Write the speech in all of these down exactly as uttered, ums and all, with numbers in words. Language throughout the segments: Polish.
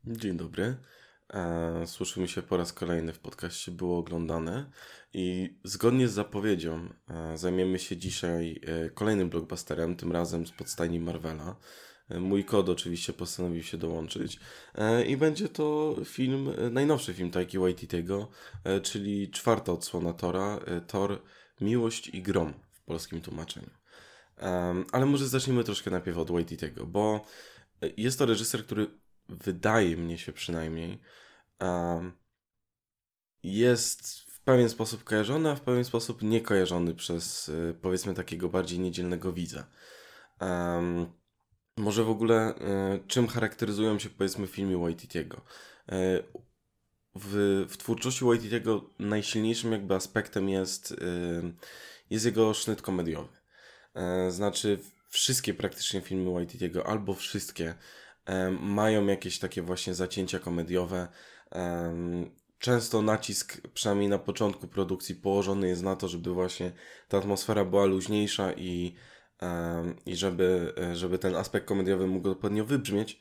Dzień dobry. E, Słyszymy się po raz kolejny w podcaście Było Oglądane i zgodnie z zapowiedzią e, zajmiemy się dzisiaj e, kolejnym blockbusterem, tym razem z podstajni Marvela. E, Mój kod oczywiście postanowił się dołączyć e, i będzie to film, e, najnowszy film Taiki Waititiego, e, czyli czwarta odsłona Tora, e, Thor Miłość i Grom w polskim tłumaczeniu. Em, ale może zacznijmy troszkę najpierw od Waititiego, bo e, jest to reżyser, który wydaje mnie się przynajmniej, em, jest w pewien sposób kojarzony, a w pewien sposób niekojarzony przez e, powiedzmy takiego bardziej niedzielnego widza. Em, Może w ogóle e, czym charakteryzują się powiedzmy filmy Waititiego? E, w, w twórczości Waititiego najsilniejszym jakby aspektem jest, e, jest jego sznyt komediowy. E, Znaczy, wszystkie praktycznie filmy Waititiego, albo wszystkie, em, mają jakieś takie właśnie zacięcia komediowe. Em, Często nacisk, przynajmniej na początku produkcji, położony jest na to, żeby właśnie ta atmosfera była luźniejsza i, em, i żeby, e, żeby ten aspekt komediowy mógł odpowiednio wybrzmieć.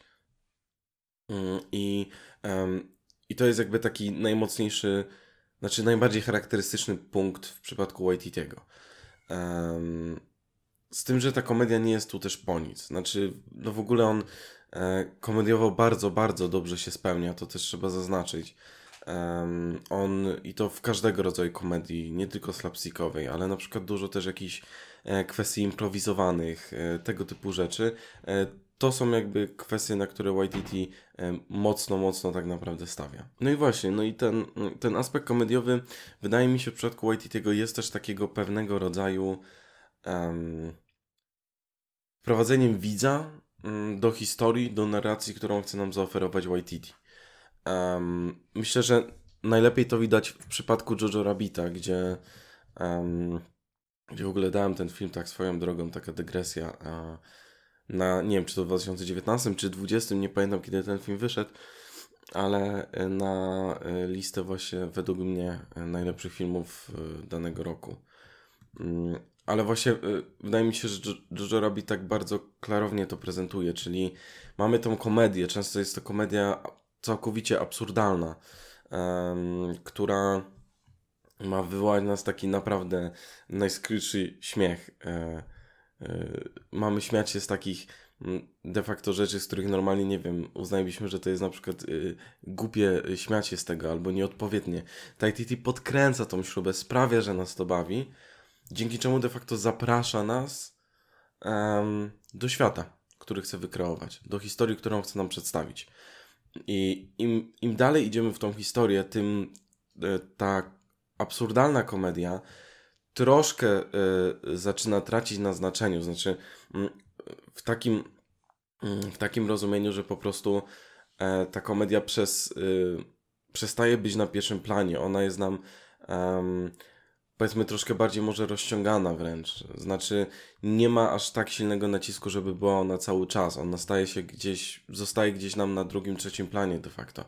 Mm, I, em, I to jest jakby taki najmocniejszy, znaczy najbardziej charakterystyczny punkt w przypadku Waititiego. Em, z tym, że ta komedia nie jest tu też po nic. Znaczy, no w ogóle on e, komediowo bardzo, bardzo dobrze się spełnia, to też trzeba zaznaczyć. Em, on i to w każdego rodzaju komedii, nie tylko slapstickowej, ale na przykład dużo też jakichś e, kwestii improwizowanych, e, tego typu rzeczy. E, to są jakby kwestie, na które Waititi e, mocno, mocno tak naprawdę stawia. No i właśnie, no i ten, ten aspekt komediowy wydaje mi się w przypadku Waititiego jest też takiego pewnego rodzaju em, prowadzeniem widza mm, do historii, do narracji, którą chce nam zaoferować Waititi. Em, myślę, że najlepiej to widać w przypadku Jojo Rabbita, gdzie, em, gdzie w ogóle dałem ten film tak swoją drogą, taka dygresja, a, na, nie wiem, czy to w dwa tysiące dziewiętnastym czy dwudziestym, nie pamiętam kiedy ten film wyszedł, ale e, na e, listę właśnie według mnie e, najlepszych filmów e, danego roku. Mm, Ale właśnie y, wydaje mi się, że Jo- Jojo Rabbit tak bardzo klarownie to prezentuje, czyli mamy tą komedię, często jest to komedia całkowicie absurdalna, em, która ma wywołać nas taki naprawdę najskrytszy śmiech. E, e, Mamy śmiać się z takich mm, de facto rzeczy, z których normalnie, nie wiem, uznalibyśmy, że to jest na przykład y, głupie y, śmiać się z tego, albo nieodpowiednie. Taititi podkręca tą śrubę, sprawia, że nas to bawi, dzięki czemu de facto zaprasza nas em, do świata, który chce wykreować, do historii, którą chce nam przedstawić. I im, im dalej idziemy w tą historię, tym e, ta absurdalna komedia troszkę e, zaczyna tracić na znaczeniu. Znaczy, mm, w takim, mm, w takim rozumieniu, że po prostu e, ta komedia przez, y, przestaje być na pierwszym planie. Ona jest nam em, powiedzmy troszkę bardziej może rozciągana wręcz. Znaczy nie ma aż tak silnego nacisku, żeby była ona cały czas. Ona staje się gdzieś, zostaje gdzieś nam na drugim, trzecim planie de facto.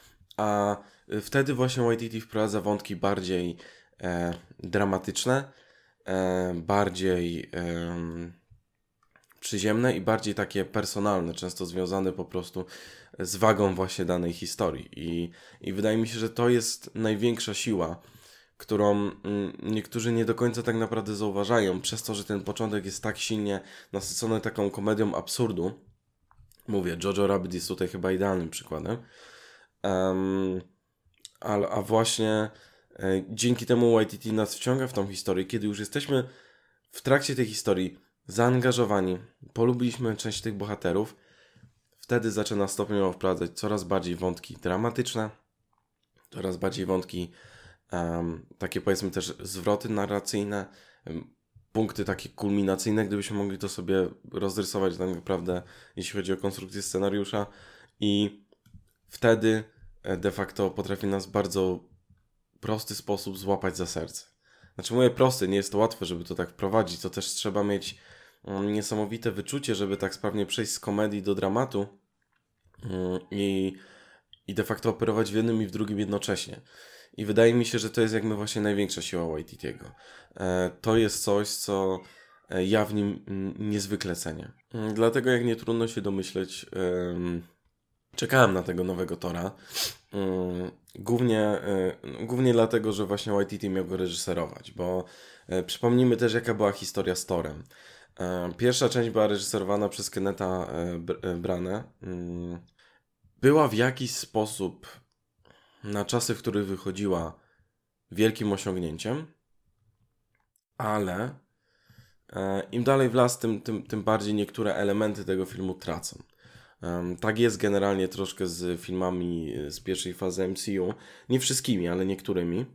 A y, wtedy właśnie Waititi wprowadza wątki bardziej e, dramatyczne, e, bardziej em, przyziemne i bardziej takie personalne, często związane po prostu z wagą właśnie danej historii. I, i wydaje mi się, że to jest największa siła, którą mm, niektórzy nie do końca tak naprawdę zauważają, przez to, że ten początek jest tak silnie nasycony taką komedią absurdu. Mówię, Jojo Rabbit jest tutaj chyba idealnym przykładem. Em, a, a właśnie e, dzięki temu Waititi nas wciąga w tą historię, kiedy już jesteśmy w trakcie tej historii zaangażowani, polubiliśmy część tych bohaterów, wtedy zaczyna stopniowo wprowadzać coraz bardziej wątki dramatyczne, coraz bardziej wątki em, takie powiedzmy też zwroty narracyjne, em, punkty takie kulminacyjne, gdybyśmy mogli to sobie rozrysować tak naprawdę, jeśli chodzi o konstrukcję scenariusza i wtedy e, de facto potrafi nas w bardzo prosty sposób złapać za serce. Znaczy mówię prosty, nie jest to łatwe, żeby to tak wprowadzić, to też trzeba mieć mm, niesamowite wyczucie, żeby tak sprawnie przejść z komedii do dramatu mm, i, i de facto operować w jednym i w drugim jednocześnie. I wydaje mi się, że to jest jakby właśnie największa siła Waititiego. E, to jest coś, co e, ja w nim mm, niezwykle cenię. Mm, Dlatego jak nie trudno się domyśleć, em, Czekałem na tego nowego Tora. Głównie, głównie dlatego, że właśnie Waititi miał go reżyserować, bo przypomnijmy też, jaka była historia z Torem. Pierwsza część była reżyserowana przez Kennetha Branagh'a. Była w jakiś sposób na czasy, w których wychodziła, wielkim osiągnięciem, ale im dalej w las, tym, tym, tym bardziej niektóre elementy tego filmu tracą. Um, tak jest generalnie troszkę z filmami z pierwszej fazy M C U. Nie wszystkimi, ale niektórymi.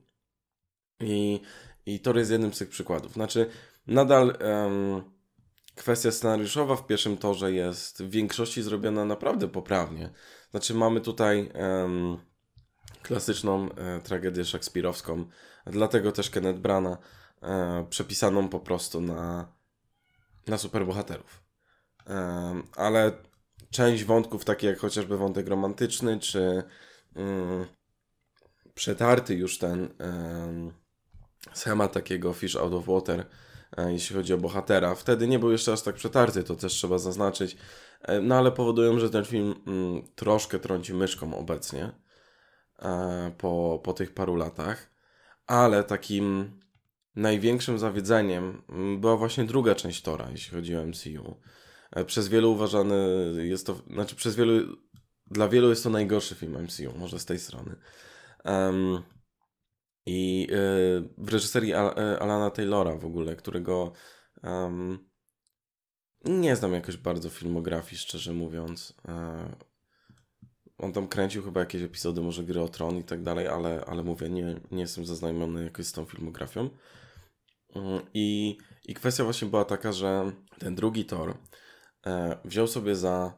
I, i to jest jednym z tych przykładów. Znaczy, nadal um, kwestia scenariuszowa w pierwszym torze jest w większości zrobiona naprawdę poprawnie. Znaczy, mamy tutaj um, klasyczną e, tragedię szekspirowską, dlatego też Kenneth Branagh e, przepisaną po prostu na, na superbohaterów. E, ale część wątków, takie jak chociażby wątek romantyczny, czy mm, przetarty już ten um, schemat takiego fish out of water, e, jeśli chodzi o bohatera. Wtedy nie był jeszcze aż tak przetarty, to też trzeba zaznaczyć. E, no ale powodują, że ten film mm, troszkę trąci myszką obecnie e, po, po tych paru latach. Ale takim największym zawiedzeniem była właśnie druga część Tora, jeśli chodzi o M C U. Przez wielu uważany jest to, znaczy przez wielu, dla wielu jest to najgorszy film M C U, może z tej strony. Um, I y, w reżyserii Al- Alana Taylora w ogóle, którego um, nie znam jakoś bardzo filmografii, szczerze mówiąc. E, on tam kręcił chyba jakieś epizody, może Gry o Tron i tak dalej, ale, ale mówię, nie, nie jestem zaznajomiony jakoś z tą filmografią. I, I kwestia właśnie była taka, że ten drugi Thor e, wziął sobie za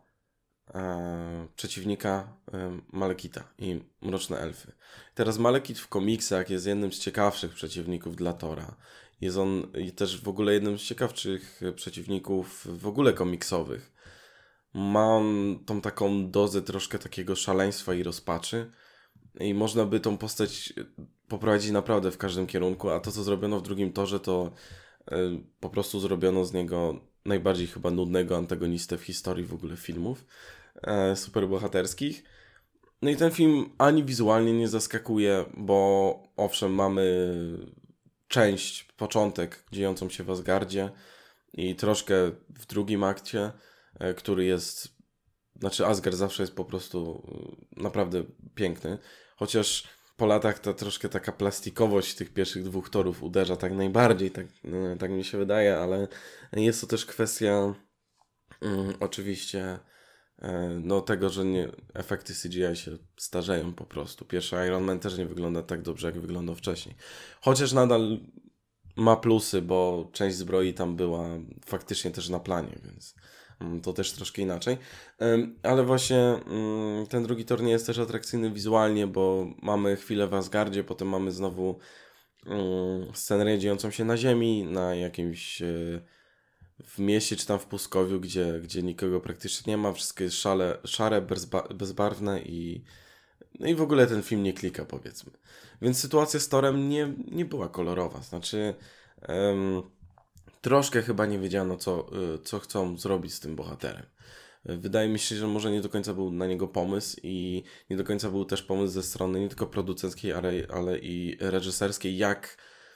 e, przeciwnika e, Malekita i Mroczne Elfy. Teraz Malekit w komiksach jest jednym z ciekawszych przeciwników dla Thora. Jest on i też w ogóle jednym z ciekawszych przeciwników w ogóle komiksowych. Ma on tą taką dozę troszkę takiego szaleństwa i rozpaczy i można by tą postać poprowadzić naprawdę w każdym kierunku, a to, co zrobiono w drugim torze, to y, po prostu zrobiono z niego najbardziej chyba nudnego antagonistę w historii w ogóle filmów e, superbohaterskich. No i ten film ani wizualnie nie zaskakuje, bo owszem, mamy część, początek dziejącą się w Asgardzie i troszkę w drugim akcie, e, który jest, znaczy Asgard zawsze jest po prostu e, naprawdę piękny, chociaż po latach ta troszkę taka plastikowość tych pierwszych dwóch torów uderza tak najbardziej, tak, no, tak mi się wydaje, ale jest to też kwestia mm, oczywiście e, no tego, że nie, efekty C G I się starzeją po prostu. Pierwszy Iron Man też nie wygląda tak dobrze, jak wyglądał wcześniej. Chociaż nadal ma plusy, bo część zbroi tam była faktycznie też na planie, więc to też troszkę inaczej. Ale właśnie ten drugi tor nie jest też atrakcyjny wizualnie, bo mamy chwilę w Asgardzie, potem mamy znowu scenerię dziejącą się na ziemi, na jakimś w mieście czy tam w pustkowiu, gdzie, gdzie nikogo praktycznie nie ma, wszystko jest szale, szare, bezba- bezbarwne i no i w ogóle ten film nie klika, powiedzmy. Więc sytuacja z Torem nie, nie była kolorowa. Znaczy, um, troszkę chyba nie wiedziano, co, co chcą zrobić z tym bohaterem. Wydaje mi się, że może nie do końca był na niego pomysł i nie do końca był też pomysł ze strony nie tylko producenckiej, ale, ale i reżyserskiej, jak,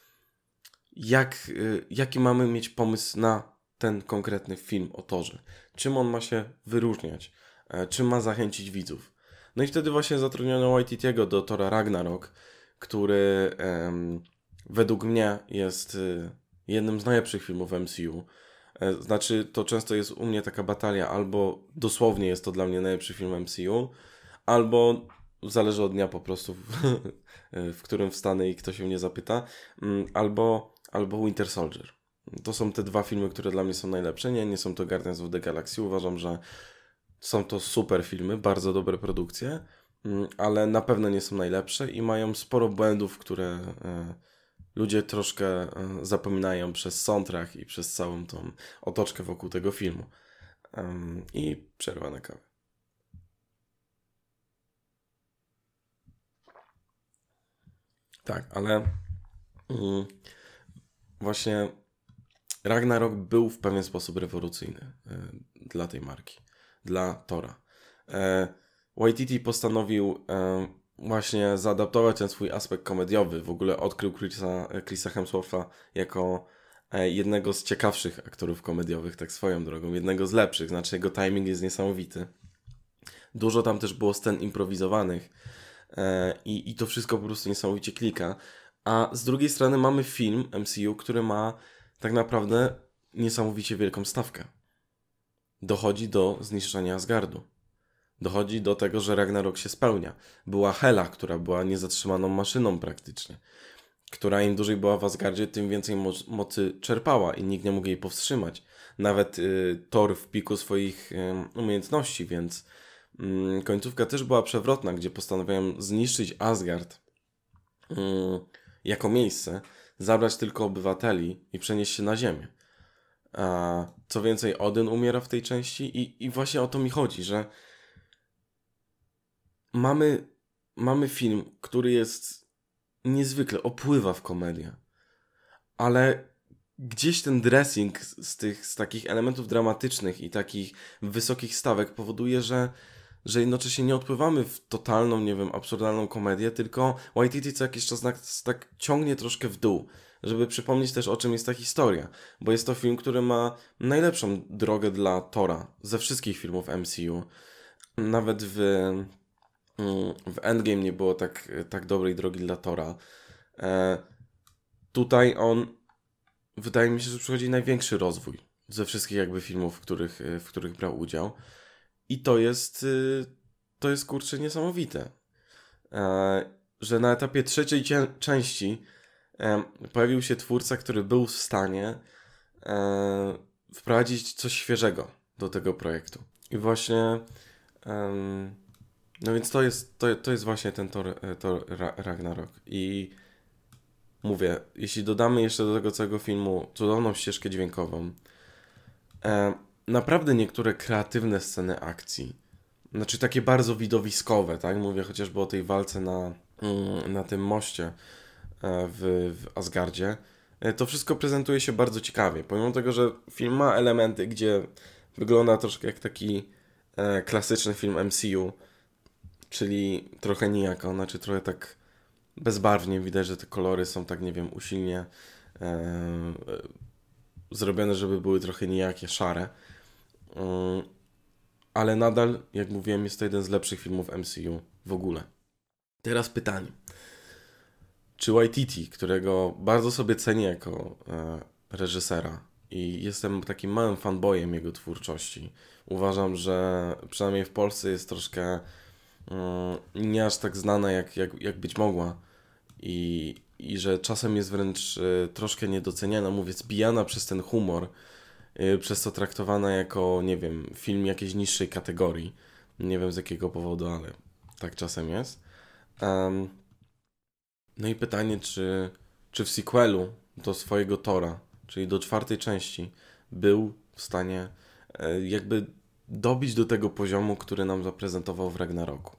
jak, jaki mamy mieć pomysł na ten konkretny film o Torze. Czym on ma się wyróżniać? Czym ma zachęcić widzów? No i wtedy właśnie zatrudniono Waititiego do Thora Ragnarok, który em, według mnie jest y, jednym z najlepszych filmów M C U. E, znaczy, to często jest u mnie taka batalia, albo dosłownie jest to dla mnie najlepszy film M C U, albo zależy od dnia po prostu, w, w którym wstanę i kto się mnie zapyta, mm, albo, albo Winter Soldier. To są te dwa filmy, które dla mnie są najlepsze. Nie, nie są to Guardians of the Galaxy. Uważam, że są to super filmy, bardzo dobre produkcje, ale na pewno nie są najlepsze i mają sporo błędów, które ludzie troszkę zapominają przez soundtrack i przez całą tą otoczkę wokół tego filmu. I przerwa na kawę. Tak, ale właśnie Ragnarok był w pewien sposób rewolucyjny dla tej marki, dla Tora. Waititi postanowił e, właśnie zaadaptować ten swój aspekt komediowy. W ogóle odkrył Chrisa, Chrisa Hemswortha jako e, jednego z ciekawszych aktorów komediowych, tak swoją drogą. Jednego z lepszych, znaczy jego timing jest niesamowity. Dużo tam też było scen improwizowanych e, i, i to wszystko po prostu niesamowicie klika. A z drugiej strony mamy film M C U, który ma tak naprawdę niesamowicie wielką stawkę. Dochodzi do zniszczenia Asgardu. Dochodzi do tego, że Ragnarok się spełnia. Była Hela, która była niezatrzymaną maszyną praktycznie, która im dłużej była w Asgardzie, tym więcej mo- mocy czerpała i nikt nie mógł jej powstrzymać. Nawet y, Thor w piku swoich y, umiejętności, więc y, końcówka też była przewrotna, gdzie postanowiłem zniszczyć Asgard y, jako miejsce, zabrać tylko obywateli i przenieść się na ziemię. A co więcej, Odyn umiera w tej części i, i właśnie o to mi chodzi, że mamy, mamy film, który jest niezwykle, opływa w komedię, ale gdzieś ten dressing z, z tych, z takich elementów dramatycznych i takich wysokich stawek powoduje, że, że jednocześnie nie odpływamy w totalną, nie wiem, absurdalną komedię, tylko Waititi co jakiś czas nas tak ciągnie troszkę w dół, żeby przypomnieć też, o czym jest ta historia, bo jest to film, który ma najlepszą drogę dla Thora ze wszystkich filmów M C U. Nawet w, w Endgame nie było tak, tak dobrej drogi dla Thora. E, tutaj on, wydaje mi się, że przychodzi największy rozwój ze wszystkich jakby filmów, w których, w których brał udział. I to jest, to jest kurczę niesamowite. E, że na etapie trzeciej cie- części e, pojawił się twórca, który był w stanie e, wprowadzić coś świeżego do tego projektu. I właśnie e, no więc to jest, to, to jest właśnie ten Thor, Thor Ragnarok. I mówię, jeśli dodamy jeszcze do tego całego filmu cudowną ścieżkę dźwiękową, e, naprawdę niektóre kreatywne sceny akcji, znaczy takie bardzo widowiskowe, tak? Mówię chociażby o tej walce na, mm, na tym moście e, w, w Asgardzie. E, to wszystko prezentuje się bardzo ciekawie, pomimo tego, że film ma elementy, gdzie wygląda troszkę jak taki e, klasyczny film M C U, czyli trochę nijako, znaczy trochę tak bezbarwnie, widać, że te kolory są tak, nie wiem, usilnie e, e, zrobione, żeby były trochę nijakie, szare. E, ale nadal, jak mówiłem, jest to jeden z lepszych filmów M C U w ogóle. Teraz pytanie. Czy Waititi, którego bardzo sobie cenię jako e, reżysera i jestem takim małym fanboyem jego twórczości, uważam, że przynajmniej w Polsce jest troszkę mm, nie aż tak znana, jak, jak, jak być mogła. I, i że czasem jest wręcz y, troszkę niedoceniana, mówię, zbijana przez ten humor, y, przez to traktowana jako, nie wiem, film jakiejś niższej kategorii. Nie wiem z jakiego powodu, ale tak czasem jest. Um, no i pytanie, czy, czy w sequelu do swojego Thora, czyli do czwartej części, był w stanie y, jakby dobić do tego poziomu, który nam zaprezentował w Ragnaroku.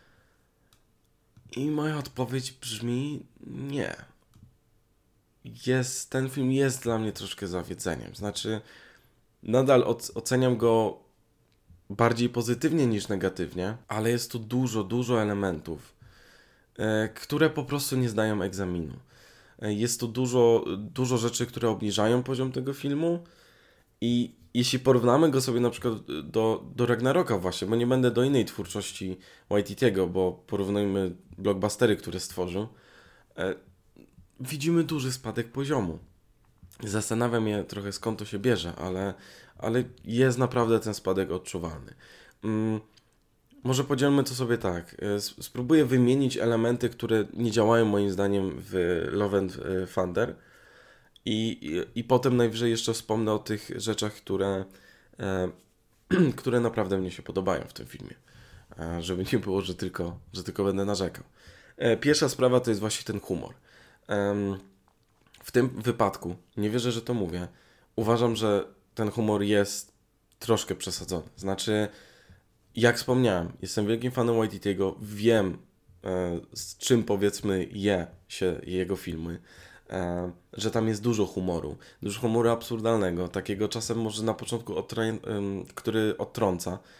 I moja odpowiedź brzmi nie. Jest, ten film jest dla mnie troszkę zawiedzeniem. Znaczy, nadal oceniam go bardziej pozytywnie niż negatywnie, ale jest tu dużo, dużo elementów, e, które po prostu nie zdają egzaminu. E, jest tu dużo, dużo rzeczy, które obniżają poziom tego filmu i jeśli porównamy go sobie na przykład do, do Ragnaroka właśnie, bo nie będę do innej twórczości Waititiego, bo porównujmy blockbustery, które stworzył, e, widzimy duży spadek poziomu. Zastanawiam mnie trochę, skąd to się bierze, ale, ale jest naprawdę ten spadek odczuwalny. Mm, może podzielmy to sobie tak. E, spróbuję wymienić elementy, które nie działają moim zdaniem w Love and Thunder. I, i, I potem najwyżej jeszcze wspomnę o tych rzeczach, które, e, które naprawdę mnie się podobają w tym filmie. E, żeby nie było, że tylko, że tylko będę narzekał. E, pierwsza sprawa to jest właśnie ten humor. E, w tym wypadku, nie wierzę, że to mówię, uważam, że ten humor jest troszkę przesadzony. Znaczy, jak wspomniałem, jestem wielkim fanem Waititiego, wiem e, z czym powiedzmy je się jego filmy. E, że tam jest dużo humoru, dużo humoru absurdalnego, takiego czasem może na początku, odtrę- ym, który odtrąca,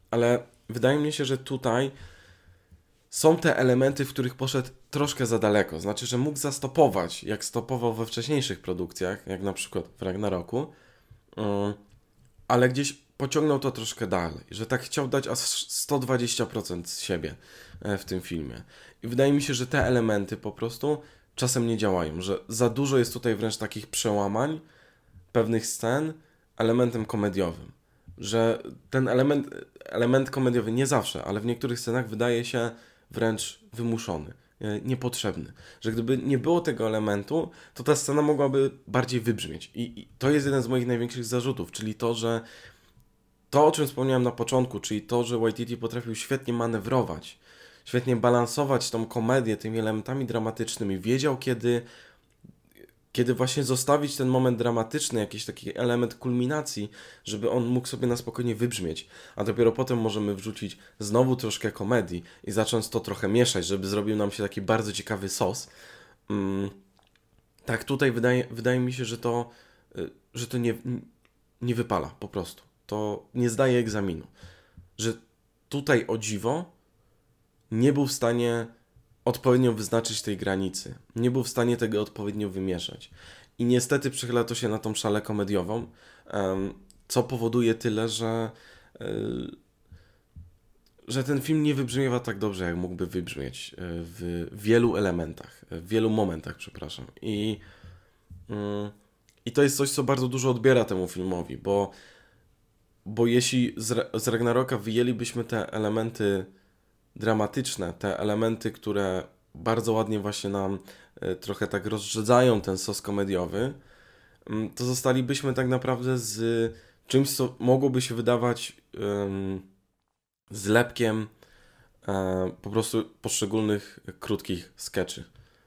ale wydaje mi się, że tutaj są te elementy, w których poszedł troszkę za daleko. Znaczy, że mógł zastopować, jak stopował we wcześniejszych produkcjach, jak na przykład w Ragnaroku, mm, ale gdzieś pociągnął to troszkę dalej, że tak chciał dać aż sto dwadzieścia procent z siebie e, w tym filmie. I wydaje mi się, że te elementy po prostu czasem nie działają, że za dużo jest tutaj wręcz takich przełamań pewnych scen elementem komediowym. Że ten element, element komediowy nie zawsze, ale w niektórych scenach wydaje się wręcz wymuszony, e, niepotrzebny. Że gdyby nie było tego elementu, to ta scena mogłaby bardziej wybrzmieć. I, i to jest jeden z moich największych zarzutów, czyli to, że to, o czym wspomniałem na początku, czyli to, że Waititi potrafił świetnie manewrować, świetnie balansować tą komedię tymi elementami dramatycznymi. Wiedział, kiedy, kiedy właśnie zostawić ten moment dramatyczny, jakiś taki element kulminacji, żeby on mógł sobie na spokojnie wybrzmieć. A dopiero potem możemy wrzucić znowu troszkę komedii i zacząć to trochę mieszać, żeby zrobił nam się taki bardzo ciekawy sos. Mm, tak, tutaj wydaje, wydaje mi się, że to, y, że to nie, nie wypala po prostu. To nie zdaje egzaminu. Że tutaj o dziwo nie był w stanie odpowiednio wyznaczyć tej granicy. Nie był w stanie tego odpowiednio wymieszać. I niestety przychyla to się na tą szalę komediową, em, co powoduje tyle, że, y, że ten film nie wybrzmiewa tak dobrze, jak mógłby wybrzmieć y, w wielu elementach, w wielu momentach, przepraszam. I, y, i to jest coś, co bardzo dużo odbiera temu filmowi, bo, bo jeśli z, Ra- z Ragnaroka wyjęlibyśmy te elementy dramatyczne, te elementy, które bardzo ładnie właśnie nam e, trochę tak rozrzedzają ten sos komediowy, mm, to zostalibyśmy tak naprawdę z czymś, co mogłoby się wydawać um, zlepkiem e, po prostu poszczególnych krótkich skeczy.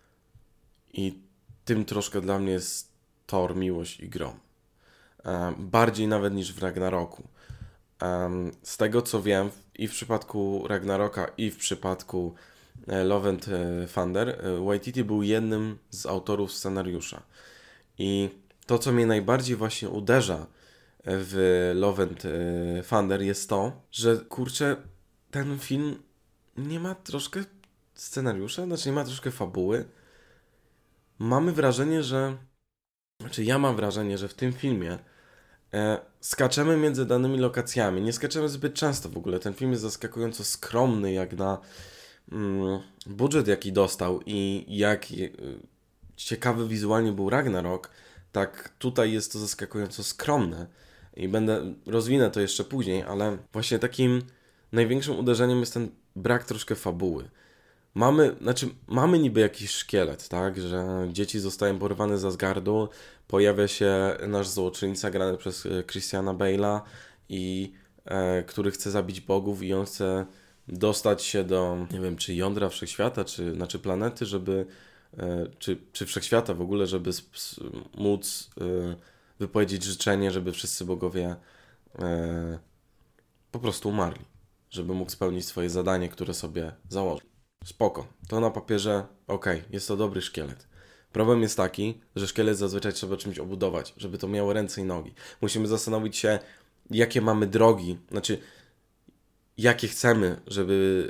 I tym troszkę dla mnie jest Thor, Miłość i Grom. E, bardziej nawet niż w Ragnaroku. Em, z tego co wiem, i w przypadku Ragnaroka, i w przypadku e, Love and e, Thunder, e, Waititi był jednym z autorów scenariusza. I to, co mnie najbardziej właśnie uderza e, w Love and e, Thunder, jest to, że kurczę, ten film nie ma troszkę scenariusza, znaczy nie ma troszkę fabuły. Mamy wrażenie, że, znaczy ja mam wrażenie, że w tym filmie E, skaczemy między danymi lokacjami. Nie skaczemy zbyt często w ogóle. Ten film jest zaskakująco skromny, jak na mm, budżet, jaki dostał i jak e, ciekawy wizualnie był Ragnarok, tak tutaj jest to zaskakująco skromne. I będę, rozwinę to jeszcze później, ale właśnie takim największym uderzeniem jest ten brak troszkę fabuły. Mamy, znaczy, mamy niby jakiś szkielet, tak, że dzieci zostają porwane z Asgardu, pojawia się nasz złoczyńca grany przez e, Christiana Bale'a, i e, który chce zabić bogów i on chce dostać się do, nie wiem, czy jądra wszechświata, czy, znaczy planety, żeby, e, czy, czy wszechświata w ogóle, żeby sp- s- móc e, wypowiedzieć życzenie, żeby wszyscy bogowie e, po prostu umarli, żeby mógł spełnić swoje zadanie, które sobie założył. Spoko. To na papierze, okej, jest to dobry szkielet. Problem jest taki, że szkielet zazwyczaj trzeba czymś obudować, żeby to miało ręce i nogi. Musimy zastanowić się, jakie mamy drogi, znaczy, jakie chcemy, żeby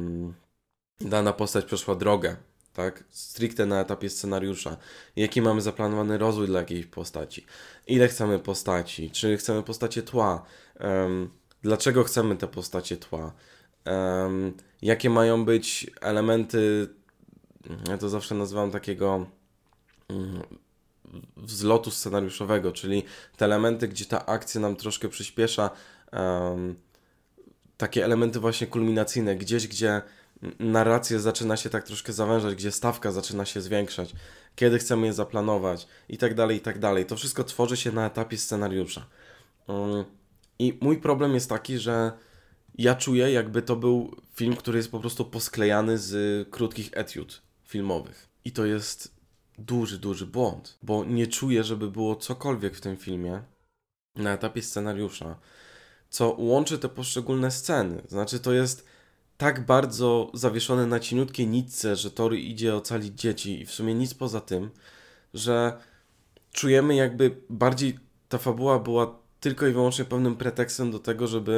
ym, dana postać przeszła drogę, tak? Stricte na etapie scenariusza. Jaki mamy zaplanowany rozwój dla jakiejś postaci. Ile chcemy postaci, czy chcemy postacie tła, ym, dlaczego chcemy te postacie tła. Um, jakie mają być elementy, ja to zawsze nazywam takiego um, wzlotu scenariuszowego, czyli te elementy, gdzie ta akcja nam troszkę przyspiesza, um, takie elementy właśnie kulminacyjne, gdzieś, gdzie narracja zaczyna się tak troszkę zawężać, gdzie stawka zaczyna się zwiększać, kiedy chcemy je zaplanować i tak dalej, i tak dalej. To wszystko tworzy się na etapie scenariusza. Um, I mój problem jest taki, że ja czuję, jakby to był film, który jest po prostu posklejany z krótkich etiud filmowych. I to jest duży, duży błąd, bo nie czuję, żeby było cokolwiek w tym filmie na etapie scenariusza, co łączy te poszczególne sceny. Znaczy, to jest tak bardzo zawieszone na cieniutkie nitce, że Thor idzie ocalić dzieci i w sumie nic poza tym, że czujemy, jakby bardziej ta fabuła była tylko i wyłącznie pewnym pretekstem do tego, żeby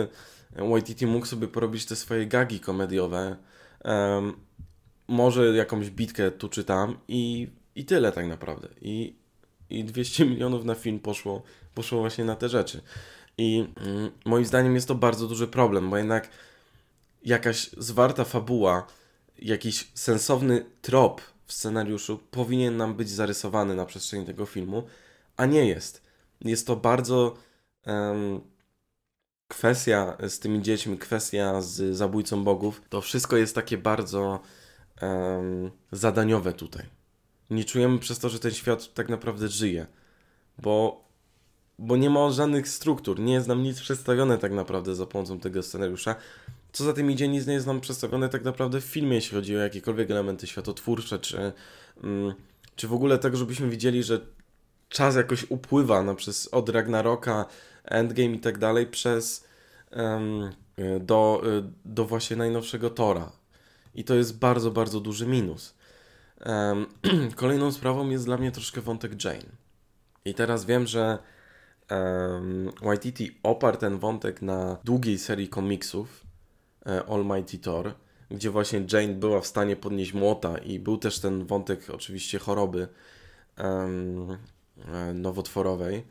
Waititi mógł sobie porobić te swoje gagi komediowe, um, może jakąś bitkę tu czy tam i, i tyle tak naprawdę. I, i dwieście milionów na film poszło, poszło właśnie na te rzeczy. I mm, moim zdaniem jest to bardzo duży problem, bo jednak jakaś zwarta fabuła, jakiś sensowny trop w scenariuszu powinien nam być zarysowany na przestrzeni tego filmu, a nie jest. Jest to bardzo um, kwestia z tymi dziećmi, kwestia z Zabójcą Bogów. To wszystko jest takie bardzo um, zadaniowe tutaj. Nie czujemy przez to, że ten świat tak naprawdę żyje, bo, bo nie ma żadnych struktur, nie jest nam nic przedstawione tak naprawdę za pomocą tego scenariusza. Co za tym idzie, nic nie jest nam przedstawione tak naprawdę w filmie, jeśli chodzi o jakiekolwiek elementy światotwórcze, czy, mm, czy w ogóle tego, żebyśmy widzieli, że czas jakoś upływa no, przez, od Ragnaroka, Endgame i tak dalej, przez um, do, do właśnie najnowszego Thora. I to jest bardzo, bardzo duży minus. Um, kolejną sprawą jest dla mnie troszkę wątek Jane. I teraz wiem, że um, Waititi oparł ten wątek na długiej serii komiksów Almighty Thor, gdzie właśnie Jane była w stanie podnieść młota i był też ten wątek oczywiście choroby um, nowotworowej.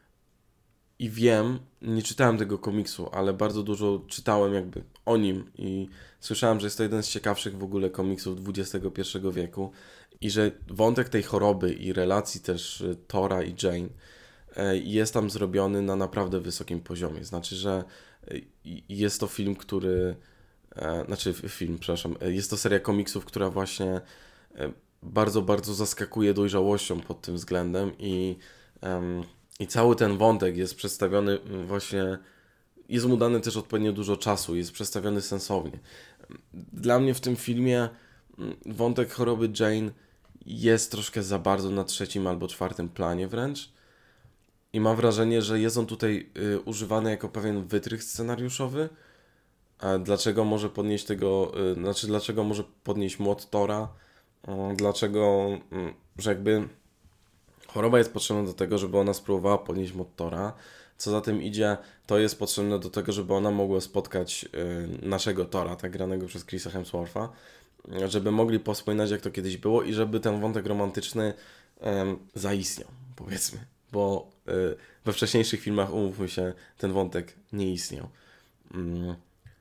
I wiem, nie czytałem tego komiksu, ale bardzo dużo czytałem jakby o nim i słyszałem, że jest to jeden z ciekawszych w ogóle komiksów dwudziestego pierwszego wieku i że wątek tej choroby i relacji też Thora i Jane jest tam zrobiony na naprawdę wysokim poziomie. Znaczy, że jest to film, który znaczy film, przepraszam, jest to seria komiksów, która właśnie bardzo, bardzo zaskakuje dojrzałością pod tym względem i um, I cały ten wątek jest przedstawiony właśnie, jest mu dane też odpowiednio dużo czasu, jest przedstawiony sensownie. Dla mnie w tym filmie wątek choroby Jane jest troszkę za bardzo na trzecim albo czwartym planie wręcz. I mam wrażenie, że jest on tutaj y, używany jako pewien wytrych scenariuszowy. A dlaczego może podnieść tego, y, znaczy dlaczego może podnieść młot Thora? Y, dlaczego, y, że jakby choroba jest potrzebna do tego, żeby ona spróbowała podnieść młot Thora. Co za tym idzie, to jest potrzebne do tego, żeby ona mogła spotkać y, naszego Thora, tak granego przez Chrisa Hemswortha, żeby mogli pospominać, jak to kiedyś było i żeby ten wątek romantyczny y, zaistniał, powiedzmy. Bo y, we wcześniejszych filmach, umówmy się, ten wątek nie istniał. Mm.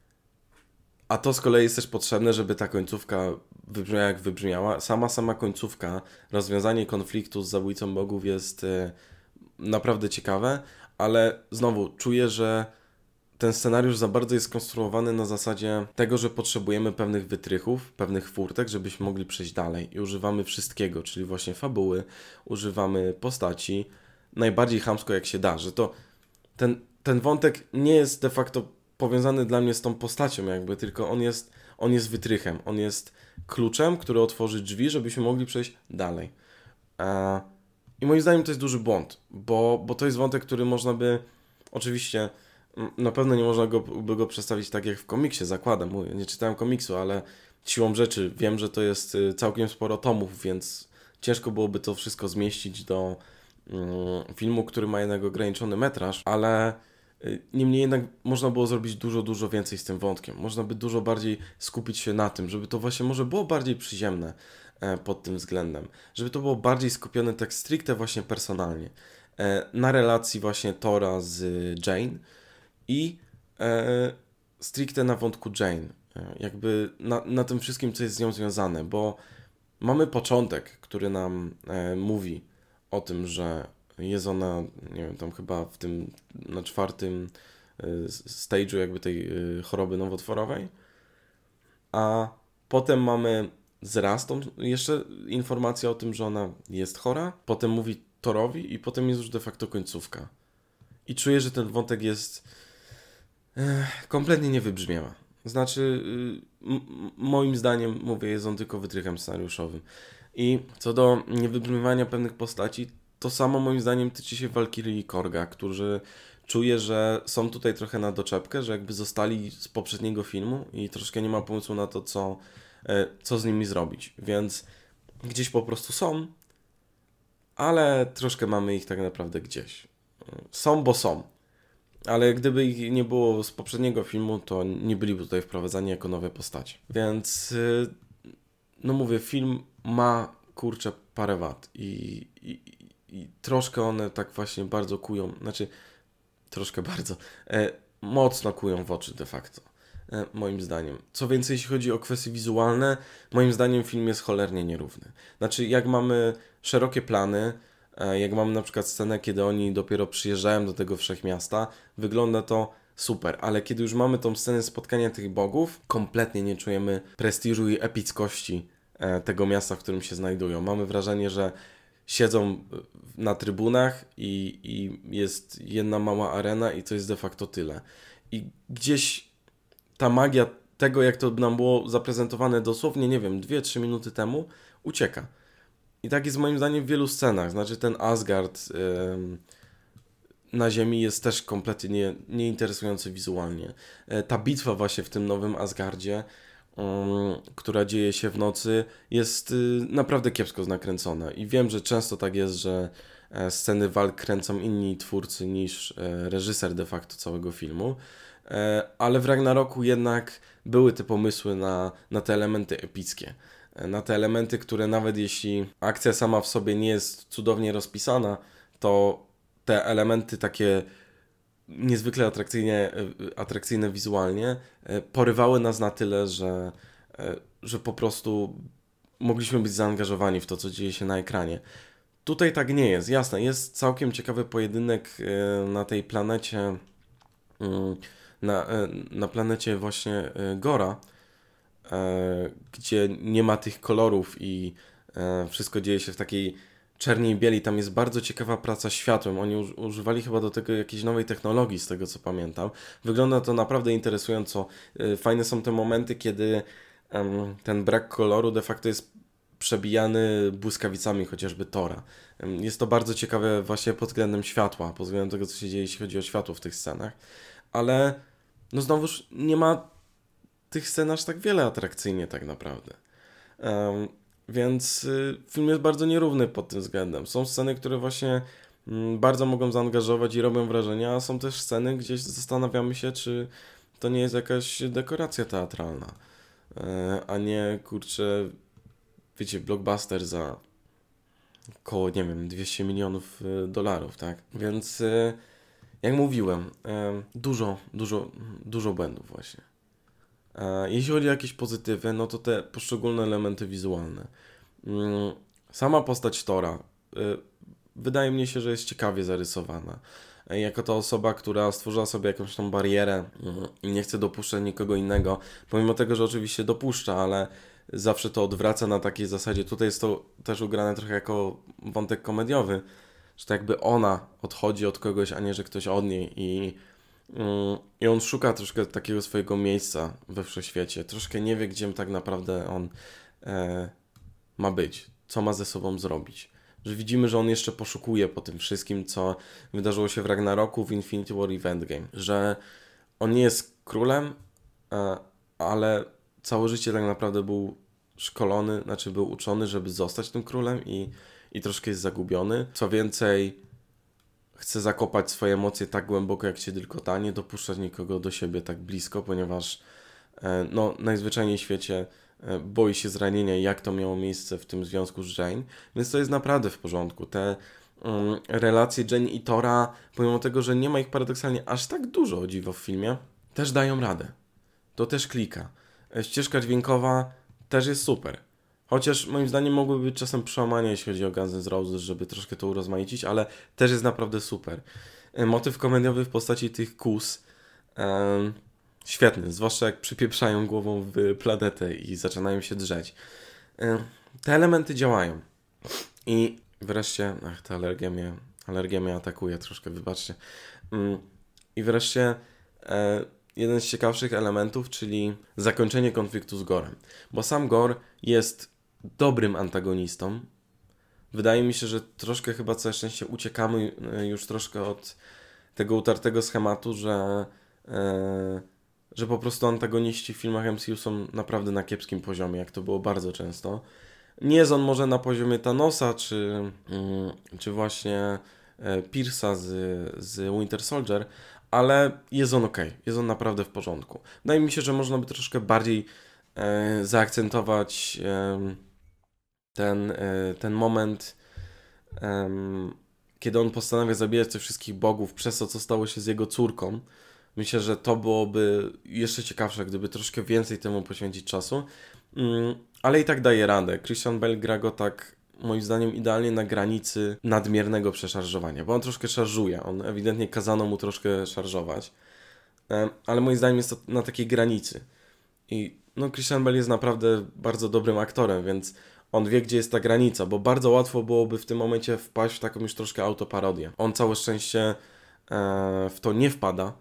A to z kolei jest też potrzebne, żeby ta końcówka wybrzmiała jak wybrzmiała. Sama, sama końcówka, rozwiązanie konfliktu z Zabójcą Bogów jest y, naprawdę ciekawe, ale znowu czuję, że ten scenariusz za bardzo jest skonstruowany na zasadzie tego, że potrzebujemy pewnych wytrychów, pewnych furtek, żebyśmy mogli przejść dalej i używamy wszystkiego, czyli właśnie fabuły, używamy postaci, najbardziej chamsko jak się da, że to ten, ten wątek nie jest de facto powiązany dla mnie z tą postacią jakby, tylko on jest, on jest wytrychem, on jest kluczem, który otworzy drzwi, żebyśmy mogli przejść dalej. A, i moim zdaniem to jest duży błąd, bo, bo to jest wątek, który można by, oczywiście, na pewno nie można go, by go przedstawić tak jak w komiksie, zakładam, mówię, nie czytałem komiksu, ale siłą rzeczy wiem, że to jest całkiem sporo tomów, więc ciężko byłoby to wszystko zmieścić do mm, filmu, który ma jednak ograniczony metraż, ale niemniej jednak można było zrobić dużo, dużo więcej z tym wątkiem. Można by dużo bardziej skupić się na tym, żeby to właśnie może było bardziej przyziemne e, pod tym względem. Żeby to było bardziej skupione tak stricte właśnie personalnie. E, na relacji właśnie Thora z Jane i e, stricte na wątku Jane. E, jakby na, na tym wszystkim, co jest z nią związane, bo mamy początek, który nam e, mówi o tym, że jest ona, nie wiem, tam chyba w tym, na czwartym stage'u jakby tej choroby nowotworowej, a potem mamy zraz tą jeszcze informację o tym, że ona jest chora, potem mówi Thorowi i potem jest już de facto końcówka. I czuję, że ten wątek jest eh, kompletnie nie wybrzmiewa. Znaczy, m- moim zdaniem, mówię, jest on tylko wytrychem scenariuszowym. I co do niewybrzmiewania pewnych postaci, to samo moim zdaniem tyczy się Valkyrii i Korga, którzy czuję, że są tutaj trochę na doczepkę, że jakby zostali z poprzedniego filmu i troszkę nie ma pomysłu na to, co, co z nimi zrobić. Więc gdzieś po prostu są, ale troszkę mamy ich tak naprawdę gdzieś. Są, bo są. ale gdyby ich nie było z poprzedniego filmu, to nie byliby tutaj wprowadzani jako nowe postacie. Więc, y, no mówię, film ma, kurczę, parę wad i, i, i troszkę one tak właśnie bardzo kują, znaczy troszkę bardzo, e, mocno kują w oczy de facto, e, moim zdaniem. Co więcej, jeśli chodzi o kwestie wizualne, moim zdaniem film jest cholernie nierówny. Znaczy, jak mamy szerokie plany, e, jak mamy na przykład scenę, kiedy oni dopiero przyjeżdżają do tego wszechmiasta, wygląda to super, ale kiedy już mamy tą scenę spotkania tych bogów, kompletnie nie czujemy prestiżu i epickości e, tego miasta, w którym się znajdują. Mamy wrażenie, że siedzą na trybunach i, i jest jedna mała arena i to jest de facto tyle. I gdzieś ta magia tego, jak to nam było zaprezentowane dosłownie, nie wiem, dwie trzy minuty temu, ucieka. I tak jest moim zdaniem w wielu scenach. Znaczy ten Asgard ym, na ziemi jest też kompletnie nie, nieinteresujący wizualnie. E, ta bitwa właśnie w tym nowym Asgardzie, Um, która dzieje się w nocy, jest y, naprawdę kiepsko nakręcona. I wiem, że często tak jest, że e, sceny walk kręcą inni twórcy niż e, reżyser de facto całego filmu. E, ale w Ragnaroku jednak były te pomysły na, na te elementy epickie. E, na te elementy, które nawet jeśli akcja sama w sobie nie jest cudownie rozpisana, to te elementy takie niezwykle atrakcyjnie, atrakcyjne wizualnie, porywały nas na tyle, że, że po prostu mogliśmy być zaangażowani w to, co dzieje się na ekranie. Tutaj tak nie jest. Jasne, jest całkiem ciekawy pojedynek na tej planecie, na, na planecie właśnie Gora, gdzie nie ma tych kolorów i wszystko dzieje się w takiej czerni i bieli. Tam jest bardzo ciekawa praca światłem. Oni używali chyba do tego jakiejś nowej technologii, z tego co pamiętam. Wygląda to naprawdę interesująco. Fajne są te momenty, kiedy um, ten brak koloru de facto jest przebijany błyskawicami chociażby Tora. Um, jest to bardzo ciekawe właśnie pod względem światła, pod względem tego, co się dzieje, jeśli chodzi o światło w tych scenach. Ale no znowuż nie ma tych scen aż tak wiele atrakcyjnie tak naprawdę. Um, Więc y, film jest bardzo nierówny pod tym względem. Są sceny, które właśnie mm, bardzo mogą zaangażować i robią wrażenie, a są też sceny, gdzie zastanawiamy się, czy to nie jest jakaś dekoracja teatralna, e, a nie, kurczę, wiecie, blockbuster za około, nie wiem, dwieście milionów y, dolarów, tak? Więc y, jak mówiłem, e, dużo, dużo, dużo błędów właśnie. E, Jeśli chodzi o jakieś pozytywy, no to te poszczególne elementy wizualne. Mm, Sama postać Tora y, wydaje mi się, że jest ciekawie zarysowana. E, Jako ta osoba, która stworzyła sobie jakąś tą barierę y, i nie chce dopuszczać nikogo innego, pomimo tego, że oczywiście dopuszcza, ale zawsze to odwraca na takiej zasadzie. Tutaj jest to też ugrane trochę jako wątek komediowy, że to jakby ona odchodzi od kogoś, a nie, że ktoś od niej i I on szuka troszkę takiego swojego miejsca we wszechświecie. Troszkę nie wie, gdzie tak naprawdę on e, ma być, co ma ze sobą zrobić. Że widzimy, że on jeszcze poszukuje po tym wszystkim, co wydarzyło się w Ragnaroku, w Infinity War i w Endgame. Że on nie jest królem, e, ale całe życie tak naprawdę był szkolony, znaczy był uczony, żeby zostać tym królem i, i troszkę jest zagubiony. Co więcej, chce zakopać swoje emocje tak głęboko, jak się tylko da, nie dopuszczać nikogo do siebie tak blisko, ponieważ e, no, najzwyczajniej w świecie e, boi się zranienia i jak to miało miejsce w tym związku z Jane, więc to jest naprawdę w porządku. Te um, relacje Jane i Tora, pomimo tego, że nie ma ich paradoksalnie aż tak dużo, o dziwo, w filmie, też dają radę. To też klika. E, Ścieżka dźwiękowa też jest super. Chociaż moim zdaniem mogłyby być czasem przełamania, jeśli chodzi o Guns N' Roses, żeby troszkę to urozmaicić, ale też jest naprawdę super. E, Motyw komediowy w postaci tych kus em, świetny, zwłaszcza jak przypieprzają głową w planetę i zaczynają się drzeć. E, Te elementy działają. I wreszcie, ach, ta alergia mnie, alergia mnie atakuje troszkę, wybaczcie. Mm, I wreszcie e, jeden z ciekawszych elementów, czyli zakończenie konfliktu z Gorem. Bo sam Gor jest dobrym antagonistą. Wydaje mi się, że troszkę chyba całe szczęście uciekamy e, już troszkę od tego utartego schematu, że, e, że po prostu antagoniści w filmach M C U są naprawdę na kiepskim poziomie, jak to było bardzo często. Nie jest on może na poziomie Thanosa, czy, mm, czy właśnie e, Pierce'a z, z Winter Soldier, ale jest on okej, jest on naprawdę w porządku. Wydaje mi się, że można by troszkę bardziej e, zaakcentować e, ten, e, ten moment, e, kiedy on postanawia zabijać tych wszystkich bogów przez to, co stało się z jego córką. Myślę, że to byłoby jeszcze ciekawsze, gdyby troszkę więcej temu poświęcić czasu. Mm, ale i tak daje radę. Christian Bale gra go tak, moim zdaniem, idealnie na granicy nadmiernego przeszarżowania, bo on troszkę szarżuje. On ewidentnie kazano mu troszkę szarżować. Em, Ale moim zdaniem jest to na takiej granicy. I no, Christian Bale jest naprawdę bardzo dobrym aktorem, więc on wie, gdzie jest ta granica, bo bardzo łatwo byłoby w tym momencie wpaść w taką już troszkę autoparodię. On całe szczęście e, w to nie wpada,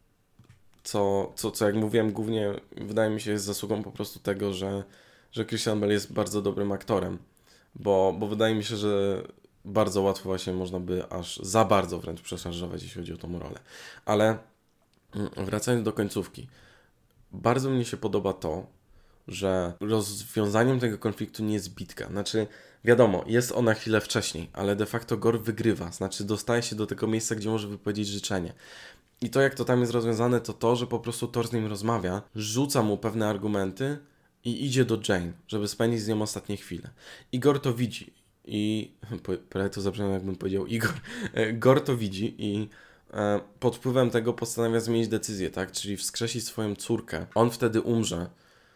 co, co, co jak mówiłem, głównie wydaje mi się jest zasługą po prostu tego, że, że Christian Bale jest bardzo dobrym aktorem, bo, bo wydaje mi się, że bardzo łatwo właśnie można by aż za bardzo wręcz przeszarżować, jeśli chodzi o tą rolę. Ale mm, wracając do końcówki, bardzo mnie się podoba to, że rozwiązaniem tego konfliktu nie jest bitka. Znaczy, wiadomo, jest ona chwilę wcześniej, ale de facto Gore wygrywa. Znaczy, dostaje się do tego miejsca, gdzie może wypowiedzieć życzenie. I to, jak to tam jest rozwiązane, to to, że po prostu Thor z nim rozmawia, rzuca mu pewne argumenty i idzie do Jane, żeby spędzić z nią ostatnie chwile. Igor to widzi i... Prawie to zabrzmiało, jakbym powiedział Igor. Gor to widzi i e, pod wpływem tego postanawia zmienić decyzję, tak? Czyli wskrzesić swoją córkę. On wtedy umrze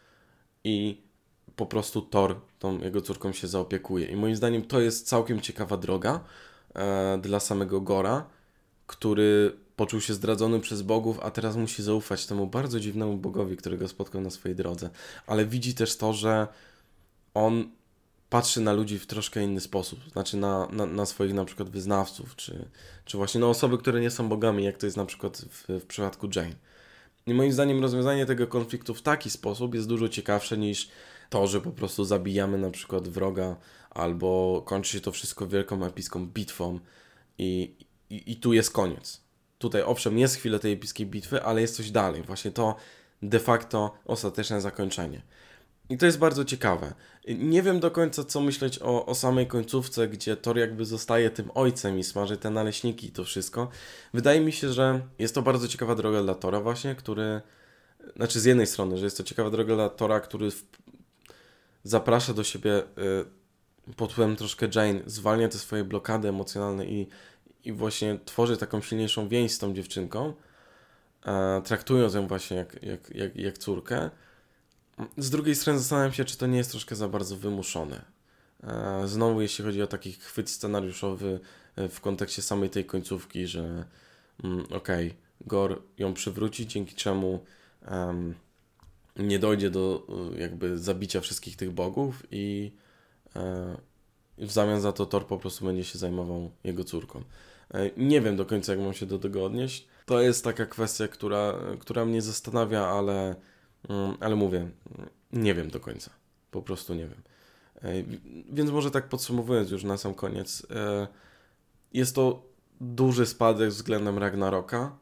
i po prostu Thor tą jego córką się zaopiekuje. I moim zdaniem to jest całkiem ciekawa droga e, dla samego Gora, który poczuł się zdradzony przez bogów, a teraz musi zaufać temu bardzo dziwnemu bogowi, którego spotkał na swojej drodze. Ale widzi też to, że on patrzy na ludzi w troszkę inny sposób. Znaczy na, na, na swoich na przykład wyznawców, czy, czy właśnie na osoby, które nie są bogami, jak to jest na przykład w, w przypadku Jane. I moim zdaniem rozwiązanie tego konfliktu w taki sposób jest dużo ciekawsze niż to, że po prostu zabijamy na przykład wroga, albo kończy się to wszystko wielką epicką bitwą i, i, i tu jest koniec. Tutaj owszem jest chwilę tej epickiej bitwy, ale jest coś dalej. Właśnie to de facto ostateczne zakończenie. I to jest bardzo ciekawe. Nie wiem do końca, co myśleć o, o samej końcówce, gdzie Thor jakby zostaje tym ojcem i smaży te naleśniki i to wszystko. Wydaje mi się, że jest to bardzo ciekawa droga dla Thora właśnie, który... Znaczy z jednej strony, że jest to ciekawa droga dla Thora, który w... zaprasza do siebie y, pod wpływem troszkę Jane, zwalnia te swoje blokady emocjonalne i, i właśnie tworzy taką silniejszą więź z tą dziewczynką, e, traktując ją właśnie jak, jak, jak, jak córkę. Z drugiej strony zastanawiam się, czy to nie jest troszkę za bardzo wymuszone. E, Znowu jeśli chodzi o taki chwyt scenariuszowy e, w kontekście samej tej końcówki, że mm, okej, okay, Gor ją przywróci, dzięki czemu um, nie dojdzie do e, jakby zabicia wszystkich tych bogów i e, w zamian za to Thor po prostu będzie się zajmował jego córką. E, nie wiem do końca, jak mam się do tego odnieść. To jest taka kwestia, która, która mnie zastanawia, ale ale mówię, nie wiem do końca. Po prostu nie wiem. Więc może tak podsumowując już na sam koniec. Jest to duży spadek względem Ragnaroka,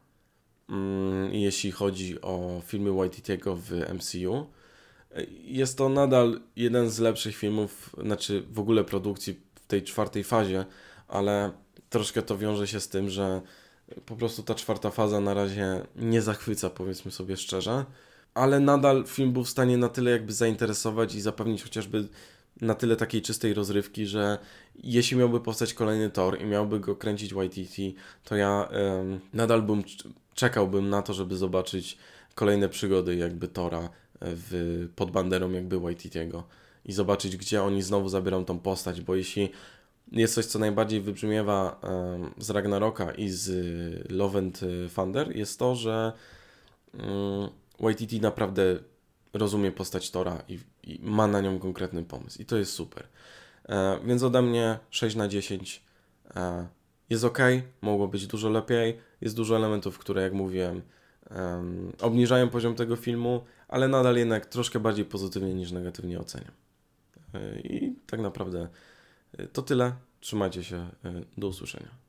jeśli chodzi o filmy Waititiego w M C U. Jest to nadal jeden z lepszych filmów, znaczy w ogóle produkcji w tej czwartej fazie, ale troszkę to wiąże się z tym, że po prostu ta czwarta faza na razie nie zachwyca, powiedzmy sobie szczerze. Ale nadal film był w stanie na tyle jakby zainteresować i zapewnić chociażby na tyle takiej czystej rozrywki, że jeśli miałby powstać kolejny Thor i miałby go kręcić Waititi, to ja ym, nadal bym czekałbym na to, żeby zobaczyć kolejne przygody jakby Thora w, pod banderą jakby Waititiego i zobaczyć, gdzie oni znowu zabiorą tą postać, bo jeśli jest coś, co najbardziej wybrzmiewa ym, z Ragnaroka i z Love and Thunder, jest to, że ym, Waititi naprawdę rozumie postać Thora i, i ma na nią konkretny pomysł. I to jest super. E, więc ode mnie sześć na dziesięć e, jest ok, mogło być dużo lepiej. Jest dużo elementów, które jak mówiłem um, obniżają poziom tego filmu, ale nadal jednak troszkę bardziej pozytywnie niż negatywnie oceniam. E, I tak naprawdę to tyle. Trzymajcie się. E, do usłyszenia.